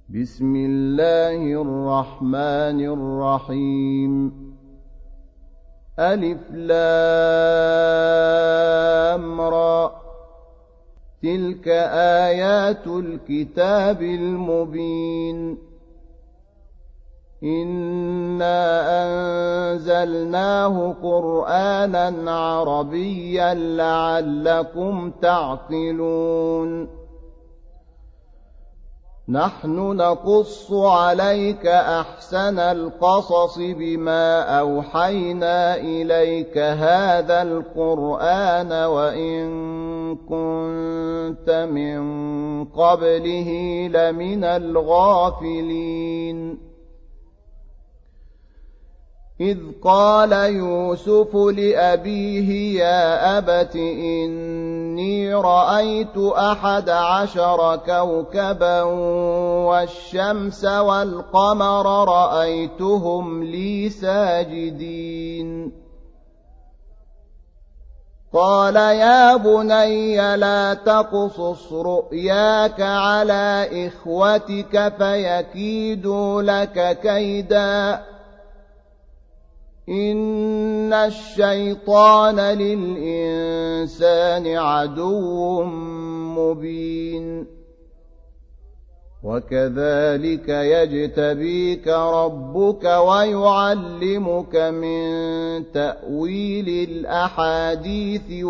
بسم الله الرحمن الرحيم ألف لام را تلك آيات الكتاب المبين إنا أنزلناه قرآنا عربيا لعلكم تعقلون نحن نقص عليك أحسن القصص بما أوحينا إليك هذا القرآن وإن كنت من قبله لمن الغافلين إذ قال يوسف لأبيه يا أبت إني رأيت 11 كوكبا والشمس والقمر رأيتهم لي ساجدين قال يا بني لا تقصص رؤياك على إخوتك فيكيدوا لك كيدا إن الشيطان للإنسان عدو مبين وكذلك يجتبيك ربك ويعلمك من تأويل الأحاديث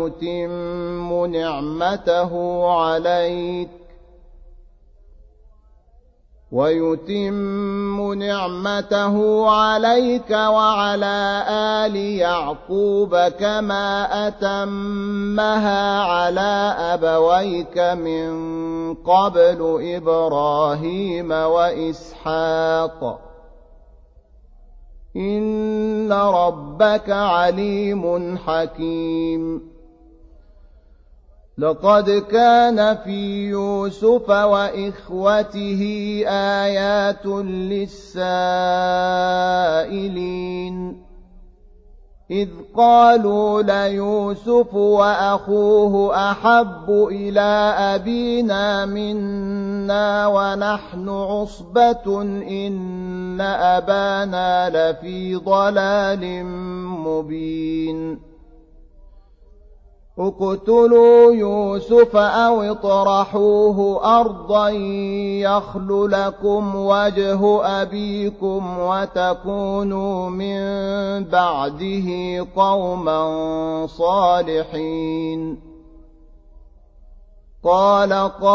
ويتم نعمته عليك وعلى آل يعقوب كما أتمها على أبويك من قبل إبراهيم وإسحاق إن ربك عليم حكيم لقد كان في يوسف وإخوته آيات للسائلين إذ قالوا ليوسف وأخوه أحب إلى أبينا منا ونحن عصبة إن أبانا لفي ضلال مبين اقتلوا يوسف أو اطرحوه أرضا يخل لكم وجه أبيكم وتكونوا من بعده قوما صالحين قال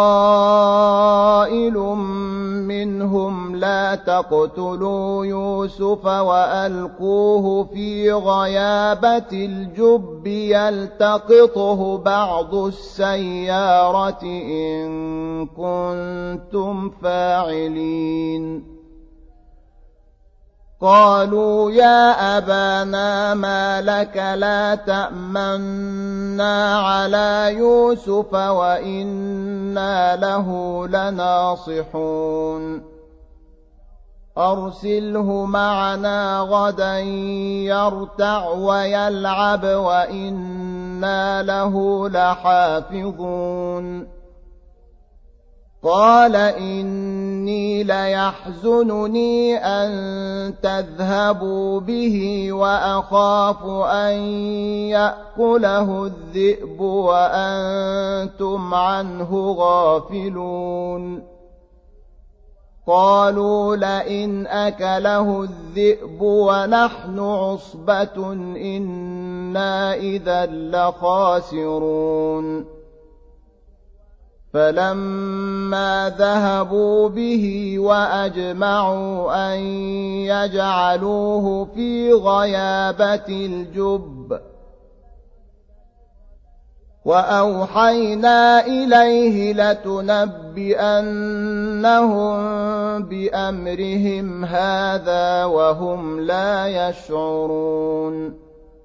قائل منهم لا تقتلوا يوسف وألقوه في غيابة الجب يلتقطه بعض السيارة إن كنتم فاعلين قالوا يا أبانا ما لك لا تأمنا على يوسف وإنا له لناصحون أرسله معنا غدا يرتع ويلعب وإنا له لحافظون قال إني ليحزنني أن تذهبوا به وأخاف أن يأكله الذئب وأنتم عنه غافلون قالوا لئن أكله الذئب ونحن عصبة إنا إذا لخاسرون فلما ذهبوا به وأجمعوا أن يجعلوه في غيابة الجب وأوحينا إليه لتنبئنهم بأمرهم هذا وهم لا يشعرون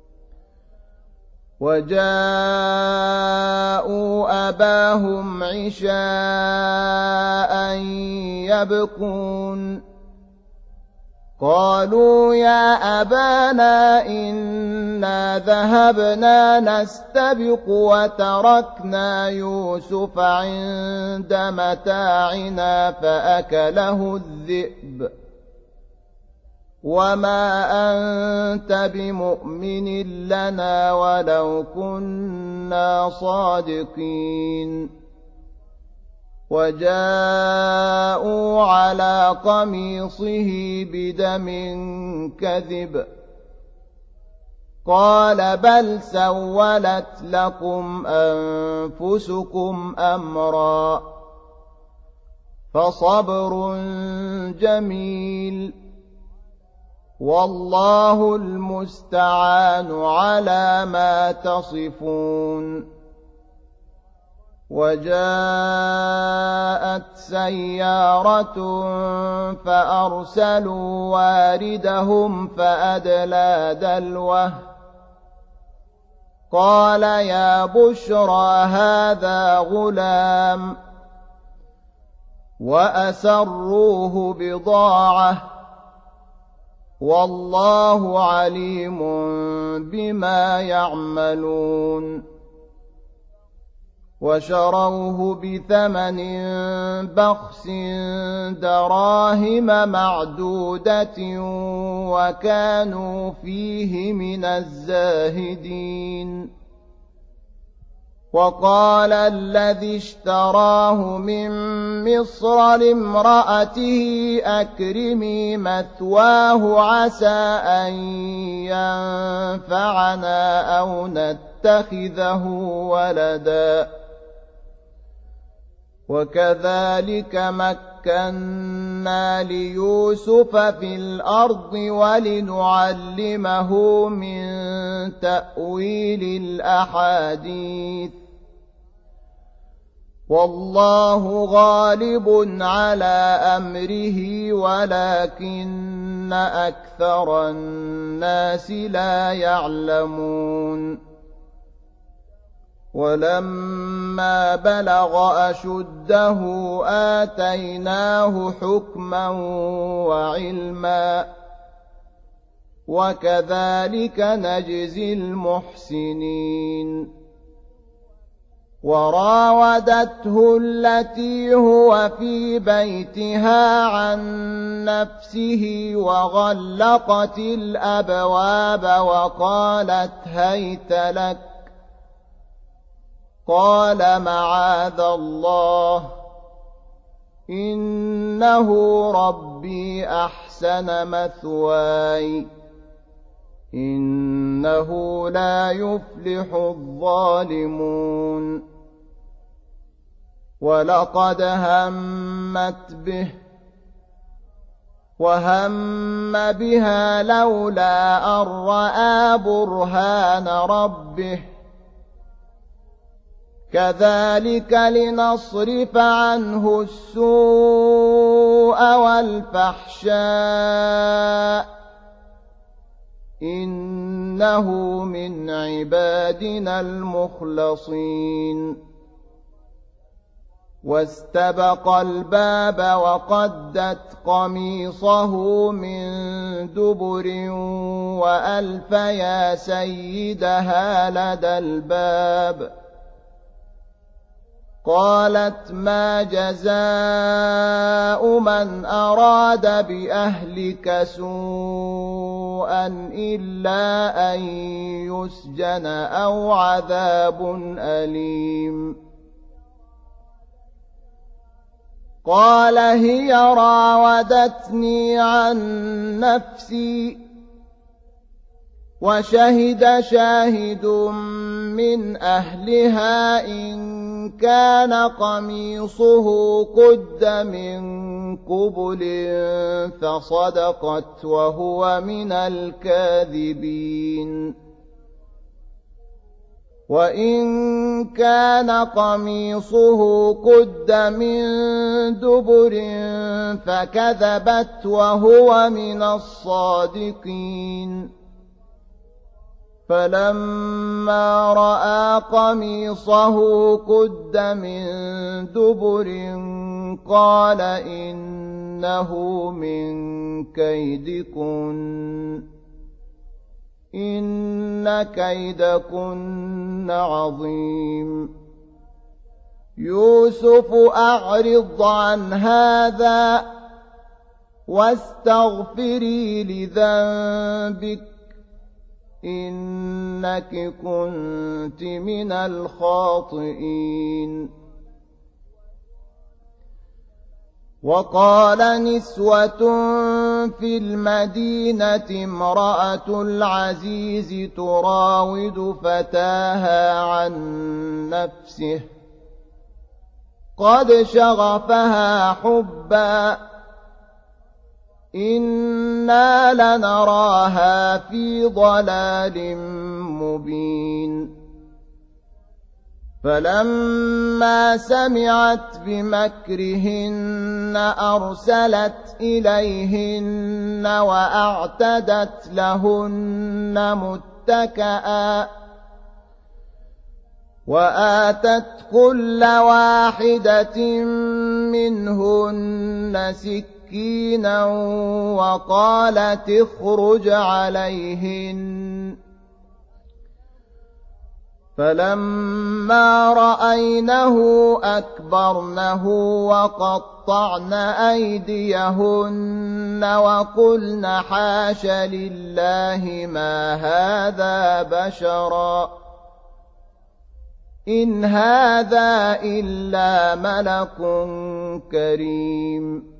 وجاءوا أباهم عشاء يبكون قالوا يا أبانا إنا ذهبنا نستبق وتركنا يوسف عند متاعنا فأكله الذئب وما أنت بمؤمن لنا ولو كنا صادقين وجاءوا على قميصه بدم كذب قال بل سولت لكم أنفسكم أمرا فصبر جميل والله المستعان على ما تصفون وجاءت سيارة فأرسلوا واردهم فأدلى دلوه قال يا بشرى هذا غلام وأسروه بضاعة والله عليم بما يعملون وشروه بثمن بخس دراهم معدودة وكانوا فيه من الزاهدين وقال الذي اشتراه من مصر لامرأته أكرمي مثواه عسى أن ينفعنا أو نتخذه ولدا وكذلك مكنا ليوسف في الأرض ولنعلمه من تأويل الأحاديث والله غالب على أمره ولكن أكثر الناس لا يعلمون ولما بلغ أشده آتيناه حكما وعلما وكذلك نجزي المحسنين وراودته التي هو في بيتها عن نفسه وغلقت الأبواب وقالت هيت لك قال معاذ الله إنه ربي أحسن مثواي إنه لا يفلح الظالمون ولقد همت به وهم بها لولا أن رأى برهان ربه كذلك لنصرف عنه السوء والفحشاء إنه من عبادنا المخلصين واستبق الباب وقدت قميصه من دبر وألف يا سيدها لدى الباب قالت ما جزاء من أراد بأهلك سوءا إلا أن يسجن أو عذاب أليم قال هي راودتني عن نفسي وشهد شاهد من أهلها إن كان قميصه قد من قبل فصدقت وهو من الكاذبين وإن كان قميصه قد من دبر فكذبت وهو من الصادقين فلما رأى قميصه قد من دبر قال إنه إنه من كيدكن إن كيدكن عظيم يوسف أعرض عن هذا واستغفري لذنبك إنك كنت من الخاطئين وقال نسوة في المدينة امرأة العزيز تراود فتاها عن نفسه قد شغفها حبا إنا لنراها في ضلال مبين فلما سمعت بمكرهن أرسلت إليهن وأعتدت لهن متكئا وآتت كل واحدة منهن سكينا وقالت اخرج عليهن فلما رأينه أكبرنه وقطعن أيديهن وقلن حاش لله ما هذا بشرا إن هذا إلا ملك كريم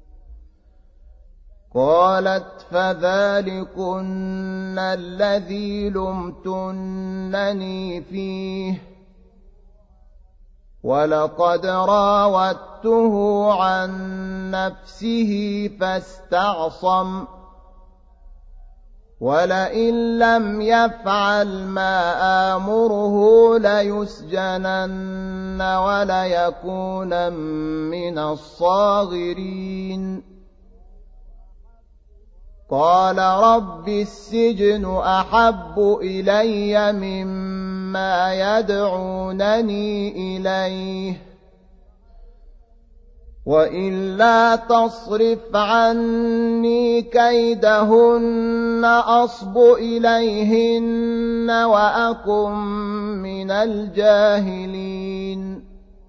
قالت فذلكن الذي لمتنني فيه ولقد راودته عن نفسه فاستعصم ولئن لم يفعل ما آمره ليسجنن وليكون من الصاغرين قال رب السجن أحب إلي مما يدعونني إليه وإلا تصرف عني كيدهن أصب إليهن وأكن من الجاهلين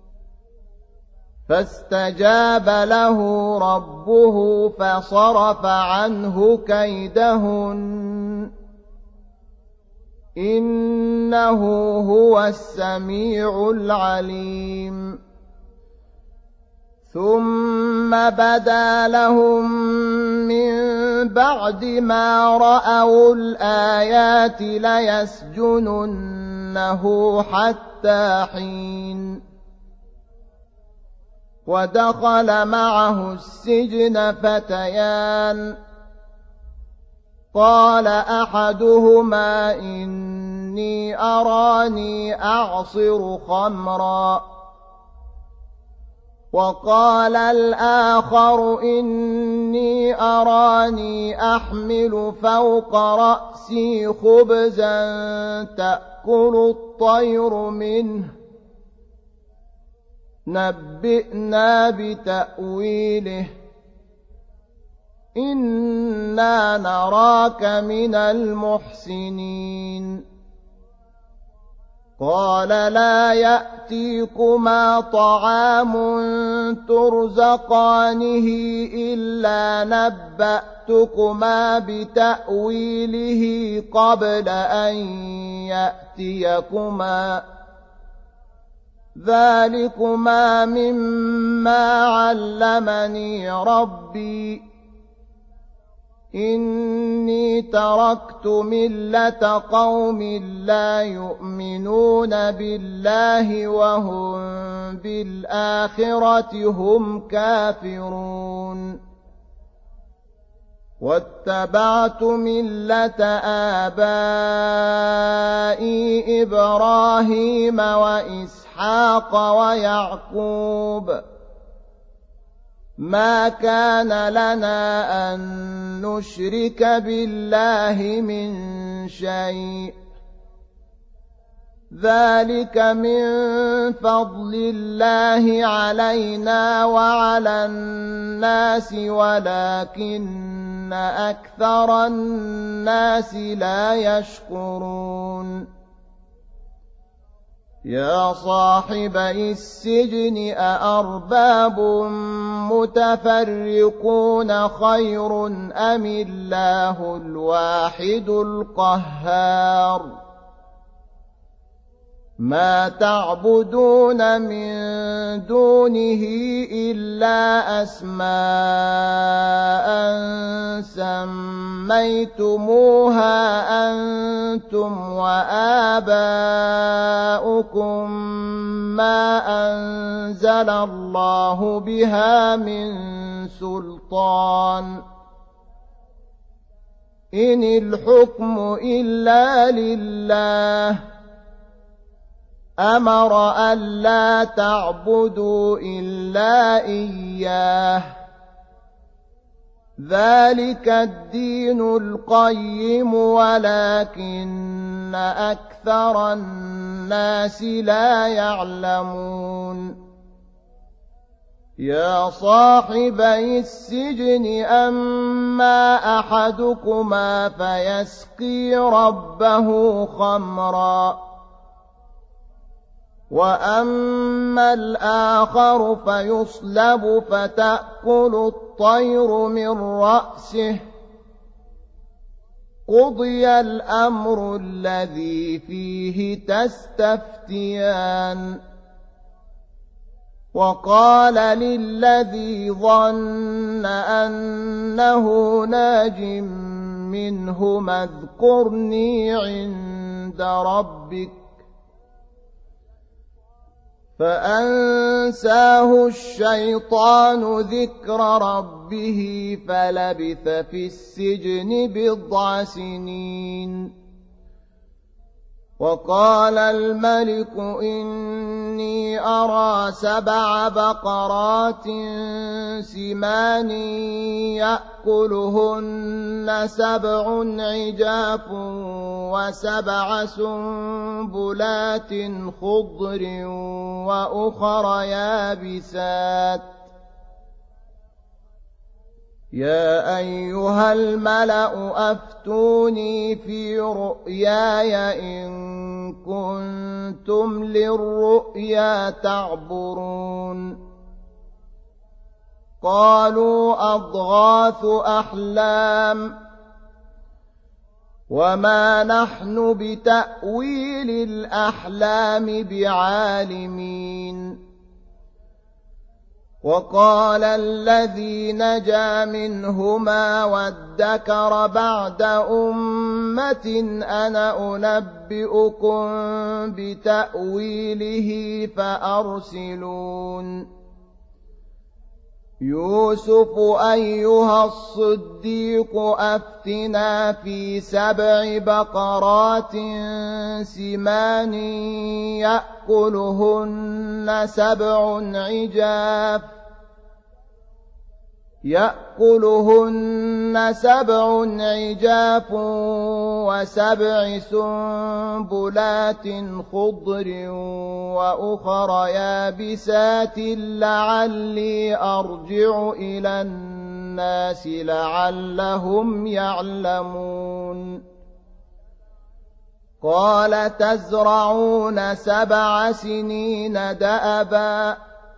فاستجاب له ربه فصرف عنه كيدهن إنه هو السميع العليم ثم بدا لهم من بعد ما رأوا الآيات ليسجننه حتى حين ودخل معه السجن فتيان قال أحدهما إني أراني أعصر خمرا وقال الآخر إني أراني أحمل فوق رأسي خبزا تأكل الطير منه نبئنا بتأويله إنا نراك من المحسنين قال لا يأتيكما طعام ترزقانه إلا نبأتكما بتأويله قبل أن يأتيكما ذلكما مما علمني ربي إني تركت ملة قوم لا يؤمنون بالله وهم بالآخرة هم كافرون واتبعت ملة آبائي إبراهيم وإسحاق ويعقوب ما كان لنا أن نشرك بالله من شيء ذلك من فضل الله علينا وعلى الناس ولكن أكثر الناس لا يشكرون يا صاحبي السجن أأرباب متفرقون خير أم الله الواحد القهار ما تعبدون من دونه إلا أسماء سميتموها أنتم وآباؤكم ما أنزل الله بها من سلطان إن الحكم إلا لله أمر ألا تعبدوا إلا إياه ذلك الدين القيم ولكن أكثر الناس لا يعلمون يا صاحبي السجن أما أحدكما فيسقي ربه خمرا وأما الآخر فيصلب فتأكل الطير من رأسه قضي الأمر الذي فيه تستفتيان وقال للذي ظن أنه ناج منهما اذكرني عند ربك فأنساه الشيطان ذكر ربه فلبث في السجن بضع سنين وقال الملك إني أرى 7 بقرات سمان يأكلهن 7 عجاف و7 سنبلات خضر وأخر يابسات يا أيها الملأ أفتوني في رؤياي إن كنتم للرؤيا تعبرون قالوا أضغاث أحلام وما نحن بتأويل الأحلام بعالمين وقال الذي نجا منهما وادكر بعد أمة أنا أنبئكم بتأويله فأرسلون يوسف أيها الصديق أفتنا في 7 بقرات سمان يأكلهن 7 عجاف و7 سنبلات خضر وأخر يابسات لعلي أرجع إلى الناس لعلهم يعلمون قال تزرعون 7 سنين دأبا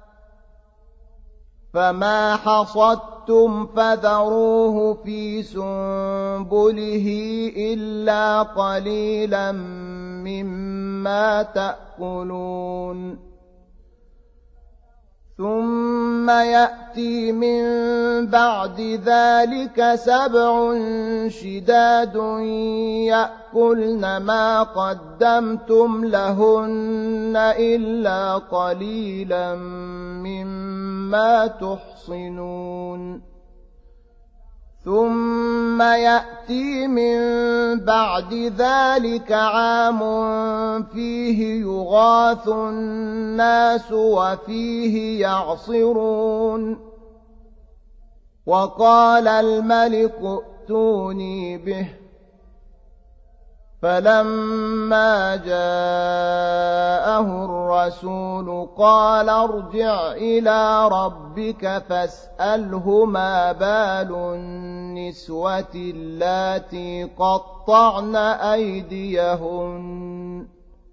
فما حصدتم فذروه في سنبله إلا قليلا مما تأكلون ثم يأتي من بعد ذلك 7 شداد يأكلن ما قدمتم لهن إلا قليلا مما تحصنون ثم يأتي من بعد ذلك عام فيه يغاث الناس وفيه يعصرون وقال الملك ائتوني به فلما جاءه الرسول قال ارجع إلى ربك فاسأله ما بال النسوة اللاتي قطعن أيديهن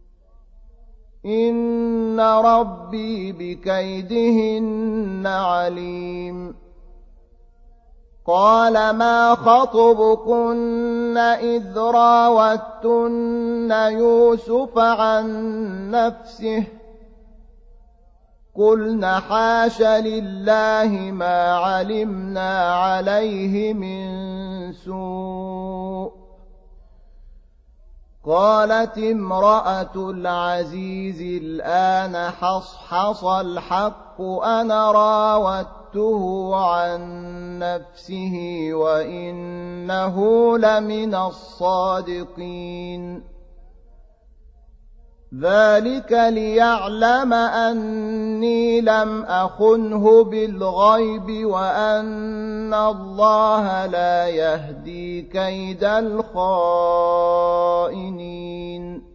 إن ربي بكيدهن عليم. قال ما خطبكن إذ راوتن يوسف عن نفسه قلن حاش لله ما علمنا عليه من سوء. قالت امرأة العزيز الآن حصحص الحق أنا راودته عن نفسه وإنه لمن الصادقين. ذلك ليعلم أني لم أخنه بالغيب وأن الله لا يهدي كيد الخائنين.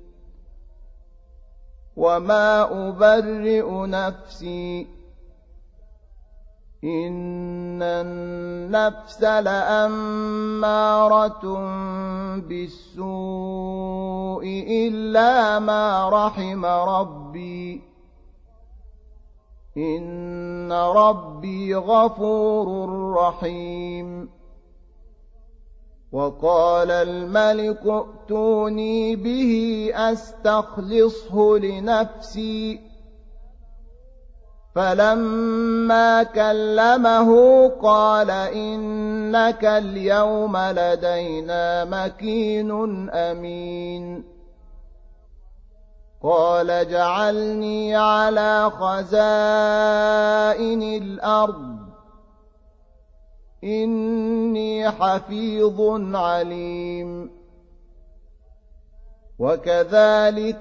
وما أبرئ نفسي إن النفس لأمارة بالسوء إلا ما رحم ربي إن ربي غفور رحيم. وقال الملك ائتوني به أستخلصه لنفسي فلما كلمه قال إنك اليوم لدينا مكين أمين. قال اجعلني على خزائن الأرض إني حفيظ عليم. وكذلك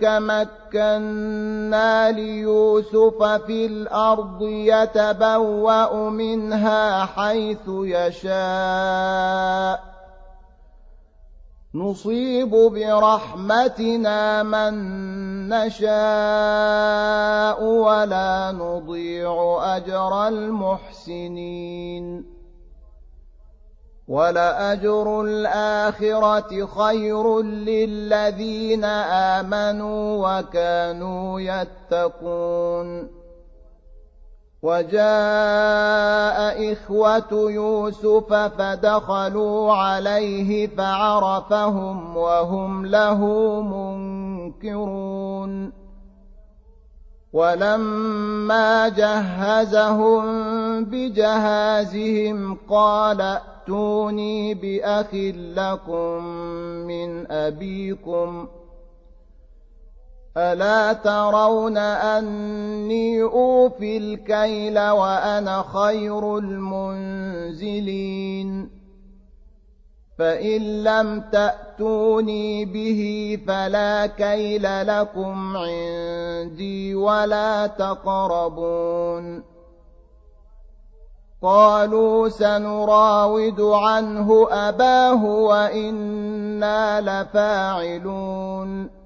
مكنا ليوسف في الأرض يتبوأ منها حيث يشاء نصيب برحمتنا من نشاء ولا نضيع أجر المحسنين. ولأجر الآخرة خير للذين آمنوا وكانوا يتقون. وجاء إخوة يوسف فدخلوا عليه فعرفهم وهم له منكرون. ولما جهزهم بجهازهم قال ائتوني بأخ لكم من أبيكم ألا ترون أني أوفي الكيل وأنا خير المنزلين. فإن لم تأتوني به فلا كيل لكم عندي ولا تقربون. قالوا سنراود عنه أباه وإنا لفاعلون.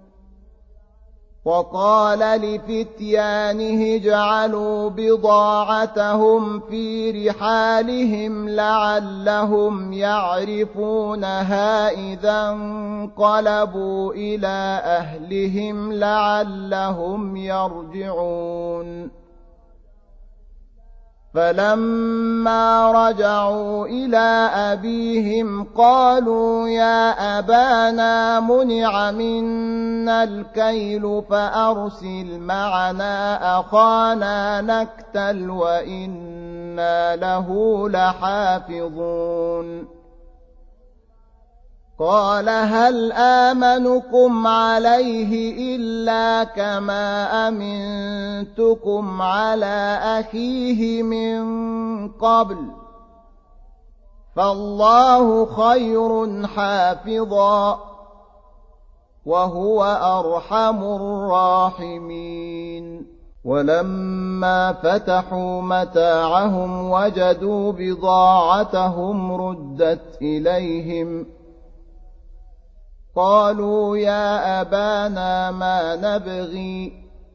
وقال لفتيانه اجعلوا بضاعتهم في رحالهم لعلهم يعرفونها إذا انقلبوا إلى أهلهم لعلهم يرجعون. فلما رجعوا إلى أبيهم قالوا يا أبانا منع منا الكيل فأرسل معنا أخانا نكتل وإنا له لحافظون. قال هل آمنكم عليه إلا كما أمنتكم على أخيه من قبل فالله خير حافظا وهو أرحم الراحمين. ولما فتحوا متاعهم وجدوا بضاعتهم ردت إليهم قالوا يا أبانا ما نبغي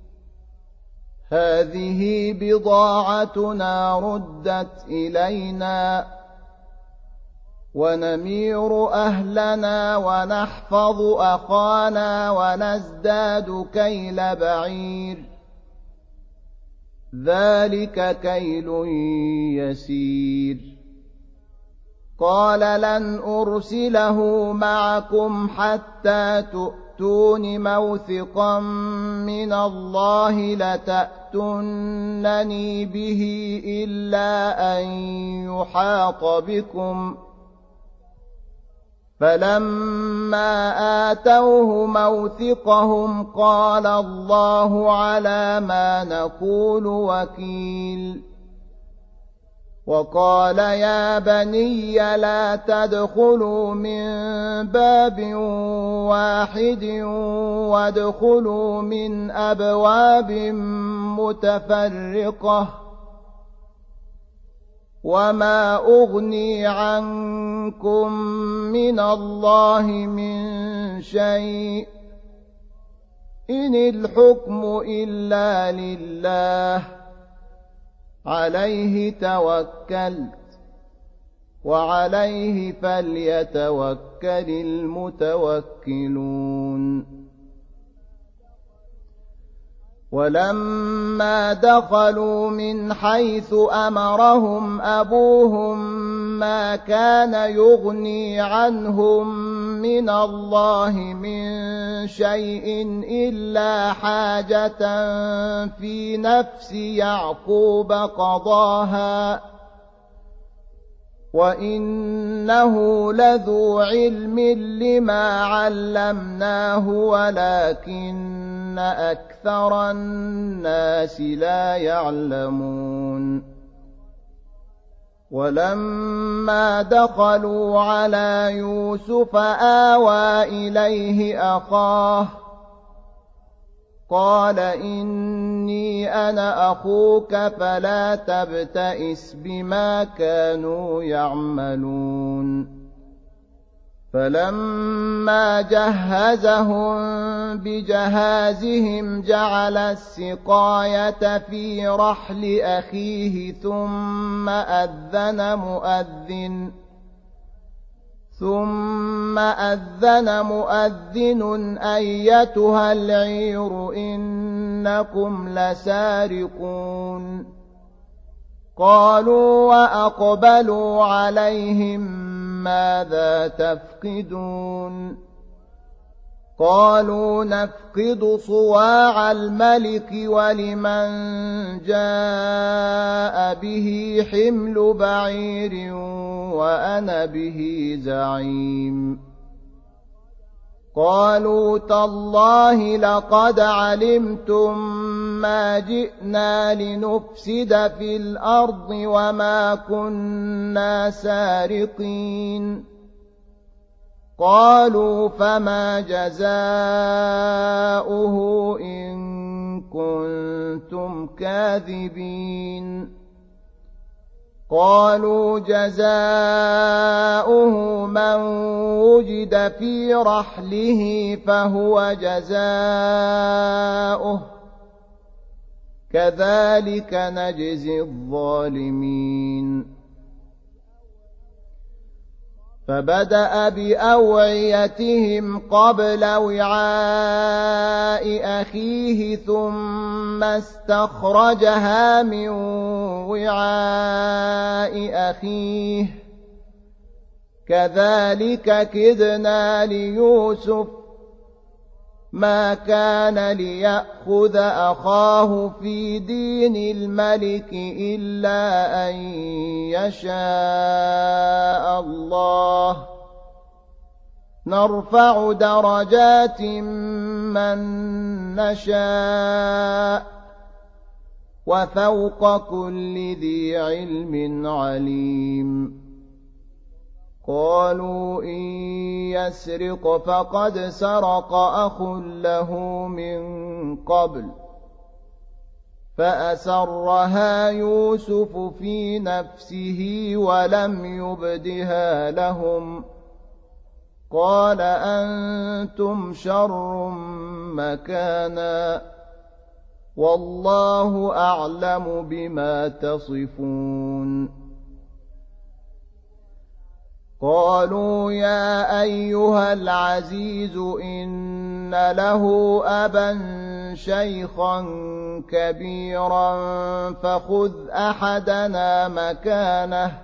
هذه بضاعتنا ردت إلينا ونمير أهلنا ونحفظ أخانا ونزداد كيل بعير ذلك كيل يسير قال لن أرسله معكم حتى تؤتون موثقا من الله لتأتونني به إلا أن يحاط بكم فلما آتوه موثقهم قال الله على ما نقول وكيل وقال يا بني لا تدخلوا من باب واحد وادخلوا من أبواب متفرقة وما أغني عنكم من الله من شيء إن الحكم إلا لله عليه توكلت وعليه فليتوكل المتوكلون ولما دخلوا من حيث أمرهم أبوهم ما كان يغني عنهم من الله من شيء إلا حاجة في نفس يعقوب قضاها وإنه لذو علم لما علمناه ولكن أكثر الناس لا يعلمون ولما دخلوا على يوسف آوى إليه أخاه قال إني أنا أخوك فلا تبتئس بما كانوا يعملون فلما جهزهم بجهازهم جعل السقاية في رحل أخيه ثم أذن مؤذن أيتها العير إنكم لسارقون قالوا وأقبلوا عليهم ماذا تفقدون قالوا نفقد صواع الملك ولمن جاء به حمل بعير وأنا به زعيم قالوا تالله لقد علمتم ما جئنا لنفسد في الأرض وما كنا سارقين قالوا فما جزاؤه إن كنتم كاذبين قالوا جزاؤه من وجد في رحله فهو جزاؤه كذلك نجزي الظالمين فبدأ بأوعيتهم قبل وعاء أخيه ثم استخرجها من وعاء أخيه كذلك كدنا ليوسف ما كان ليأخذ أخاه في دين الملك إلا أن يشاء الله نرفع درجات من نشاء وفوق كل ذي علم عليم قالوا إن يسرق فقد سرق أخ له من قبل فأسرها يوسف في نفسه ولم يبدها لهم قال أنتم شر مكانا والله أعلم بما تصفون قالوا يا أيها العزيز إن له أبا شيخا كبيرا فخذ أحدنا مكانه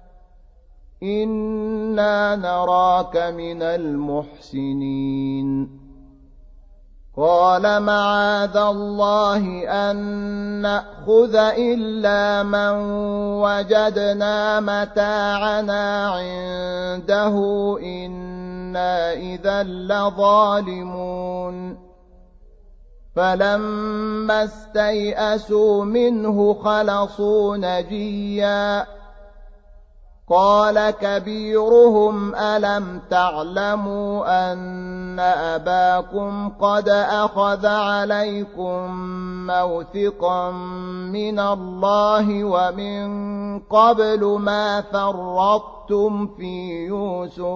إنا نراك من المحسنين قال معاذ الله أن نأخذ إلا من وجدنا متاعنا عنده إنا إذا لظالمون فلما استيئسوا منه خلصوا نجيا قال كبيرهم ألم تعلموا أن أباكم قد أخذ عليكم موثقا من الله ومن قبل ما فرطتم في يوسف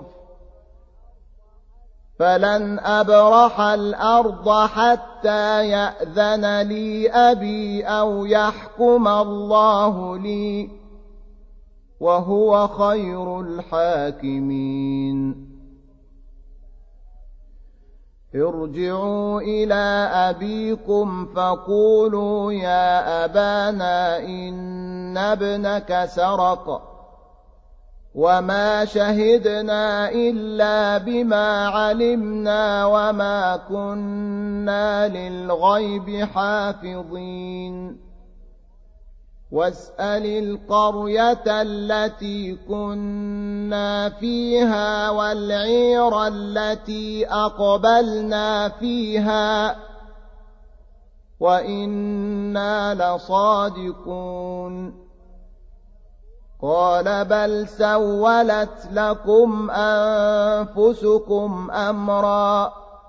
فلن أبرح الأرض حتى يأذن لي أبي أو يحكم الله لي وهو خير الحاكمين ارجعوا إلى أبيكم فقولوا يا أبانا إن ابنك سرق وما شهدنا إلا بما علمنا وما كنا للغيب حافظين واسأل القرية التي كنا فيها والعير التي أقبلنا فيها وإنا لصادقون قال بل سولت لكم أنفسكم أمرا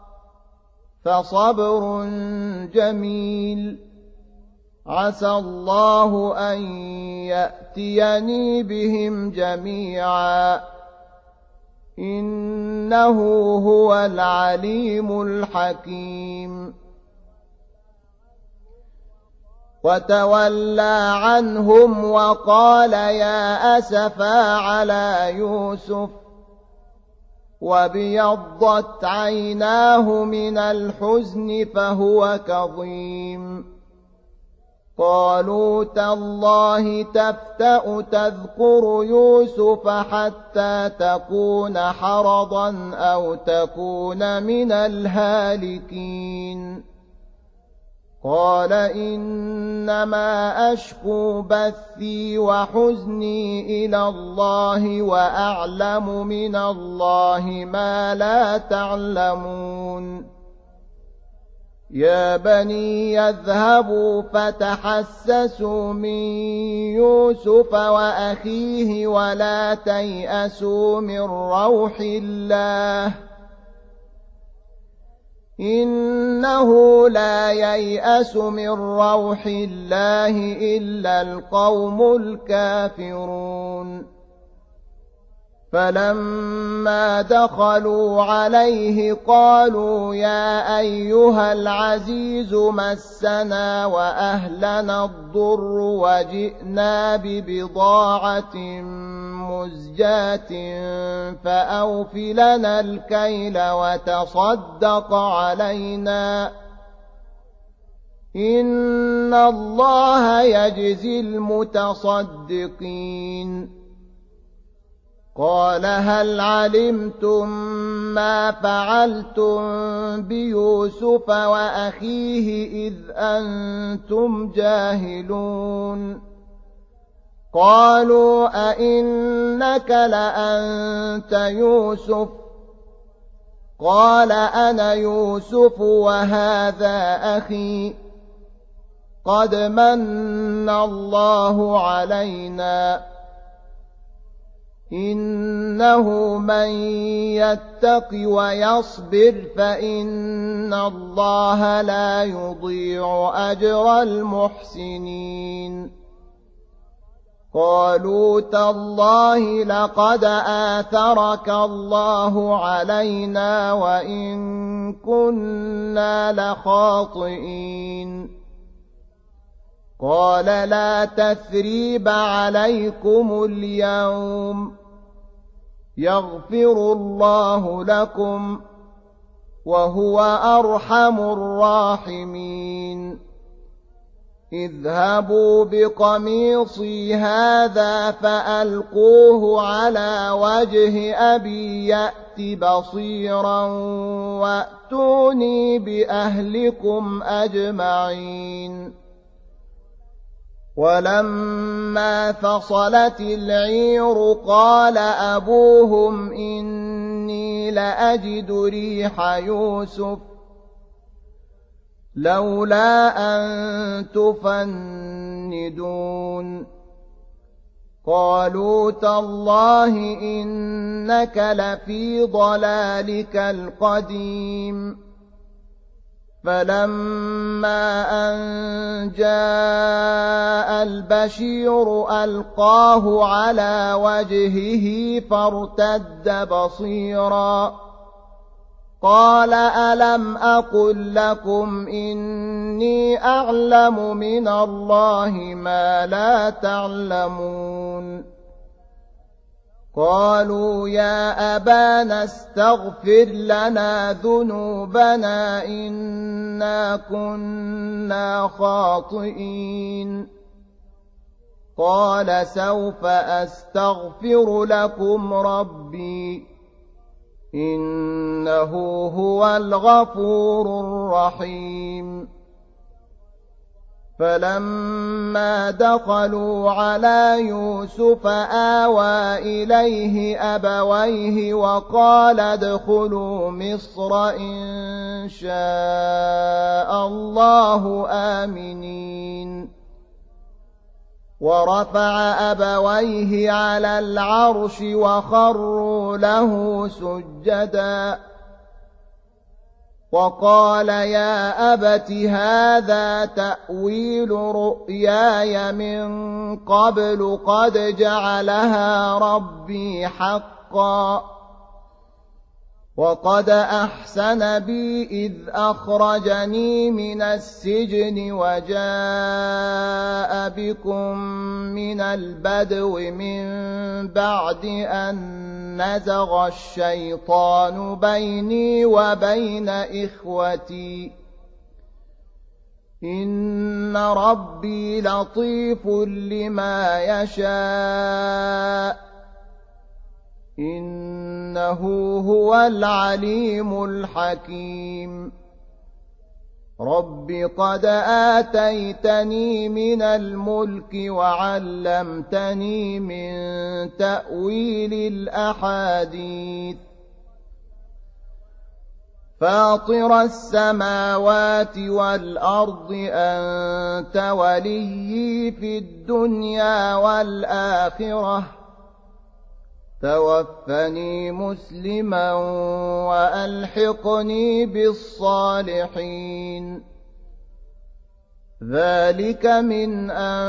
فصبر جميل عسى الله أن يأتيني بهم جميعا إنه هو العليم الحكيم وتولى عنهم وقال يا أسفا على يوسف وابيضت عيناه من الحزن فهو كظيم قالوا تالله تفتأ تذكر يوسف حتى تكون حرضا أو تكون من الهالكين قال إنما أشكو بثي وحزني إلى الله وأعلم من الله ما لا تعلمون يا بني يذهبوا فتحسسوا من يوسف وأخيه ولا تيأسوا من روح الله إنه لا ييأس من روح الله إلا القوم الكافرون فلما دخلوا عليه قالوا يا أيها العزيز مسنا وأهلنا الضر وجئنا ببضاعة مزجاة فأوف لنا الكيل وتصدق علينا إن الله يجزي المتصدقين قال هل علمتم ما فعلتم بيوسف وأخيه إذ أنتم جاهلون قالوا أئنك لأنت يوسف قال أنا يوسف وهذا أخي قد من الله علينا إنه من يتق ويصبر فإن الله لا يضيع أجر المحسنين قالوا تالله لقد آثرك الله علينا وإن كنا لخاطئين قال لا تثريب عليكم اليوم يغفر الله لكم وهو أرحم الراحمين اذهبوا بقميصي هذا فألقوه على وجه أبي يأت بصيرا وأتوني بأهلكم أجمعين ولما فصلت العير قال أبوهم إني لأجد ريح يوسف لولا أن تفندون قالوا تالله إنك لفي ضلالك القديم فلما أن جاء البشير ألقاه على وجهه فارتد بصيرا قال ألم أقل لكم إني أعلم من الله ما لا تعلمون قالوا يا أبانا استغفر لنا ذنوبنا إنا كنا خاطئين قال سوف أستغفر لكم ربي إنه هو الغفور الرحيم فلما دخلوا على يوسف آوى إليه أبويه وقال ادخلوا مصر إن شاء الله آمنين ورفع أبويه على العرش وخروا له سجدا وقال يا أبت هذا تأويل رؤياي من قبل قد جعلها ربي حقا وقد أحسن بي إذ أخرجني من السجن وجاء بكم من البدو من بعد أن نزغ الشيطان بيني وبين إخوتي إن ربي لطيف لما يشاء إنه هو العليم الحكيم رب قد آتيتني من الملك وعلمتني من تأويل الأحاديث فاطر السماوات والأرض أنت وليي في الدنيا والآخرة توفني مسلما وألحقني بالصالحين ذلك من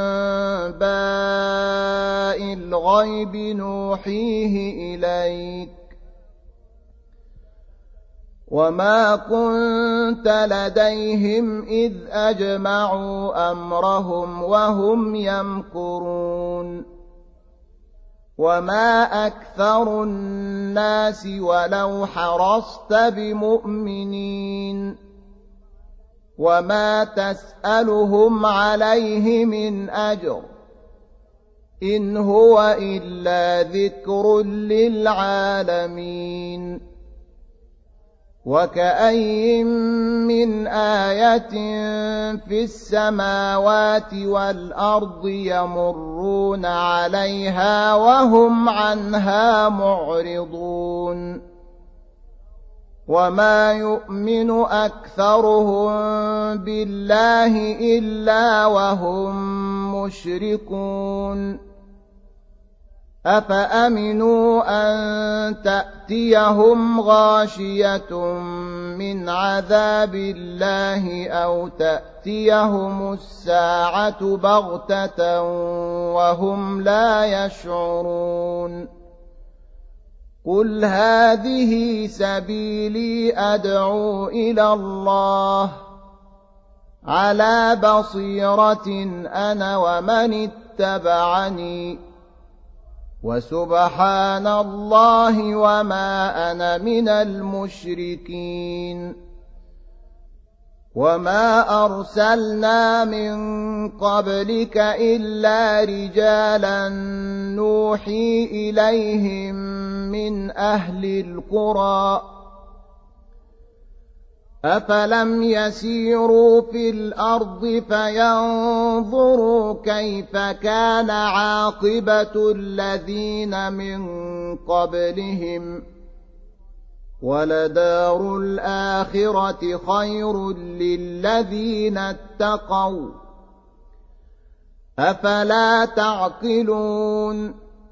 أنباء الغيب نوحيه إليك وما كنت لديهم إذ أجمعوا أمرهم وهم يمكرون وما أكثر الناس ولو حرصت بمؤمنين وما تسألهم عليه من أجر إن هو إلا ذكر للعالمين وكأي من آية في السماوات والأرض يمرون عليها وهم عنها معرضون وما يؤمن أكثرهم بالله إلا وهم مشركون أفأمنوا أن تأتيهم غاشية من عذاب الله أو تأتيهم الساعة بغتة وهم لا يشعرون قل هذه سبيلي أدعو إلى الله على بصيرة أنا ومن اتبعني وسبحان الله وما أنا من المشركين وما أرسلنا من قبلك إلا رجالا نوحي إليهم من أهل القرى أفلم يسيروا في الأرض فينظروا كيف كان عاقبة الذين من قبلهم ولدار الآخرة خير للذين اتقوا أفلا تعقلون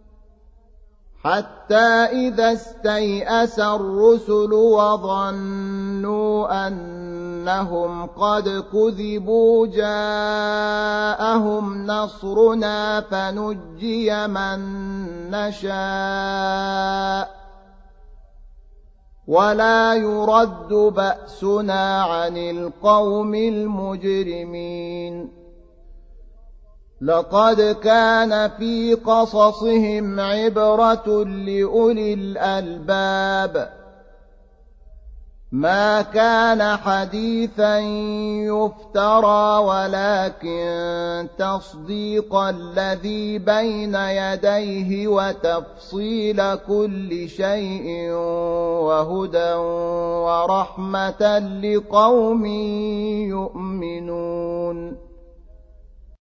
حتى إذا استيأس الرسل وظنوا أنهم قد كذبوا جاءهم نصرنا فنجي من نشاء ولا يرد بأسنا عن القوم المجرمين لقد كان في قصصهم عبرة لأولي الألباب ما كان حديثا يفترى ولكن تصديق الذي بين يديه وتفصيل كل شيء وهدى ورحمة لقوم يؤمنون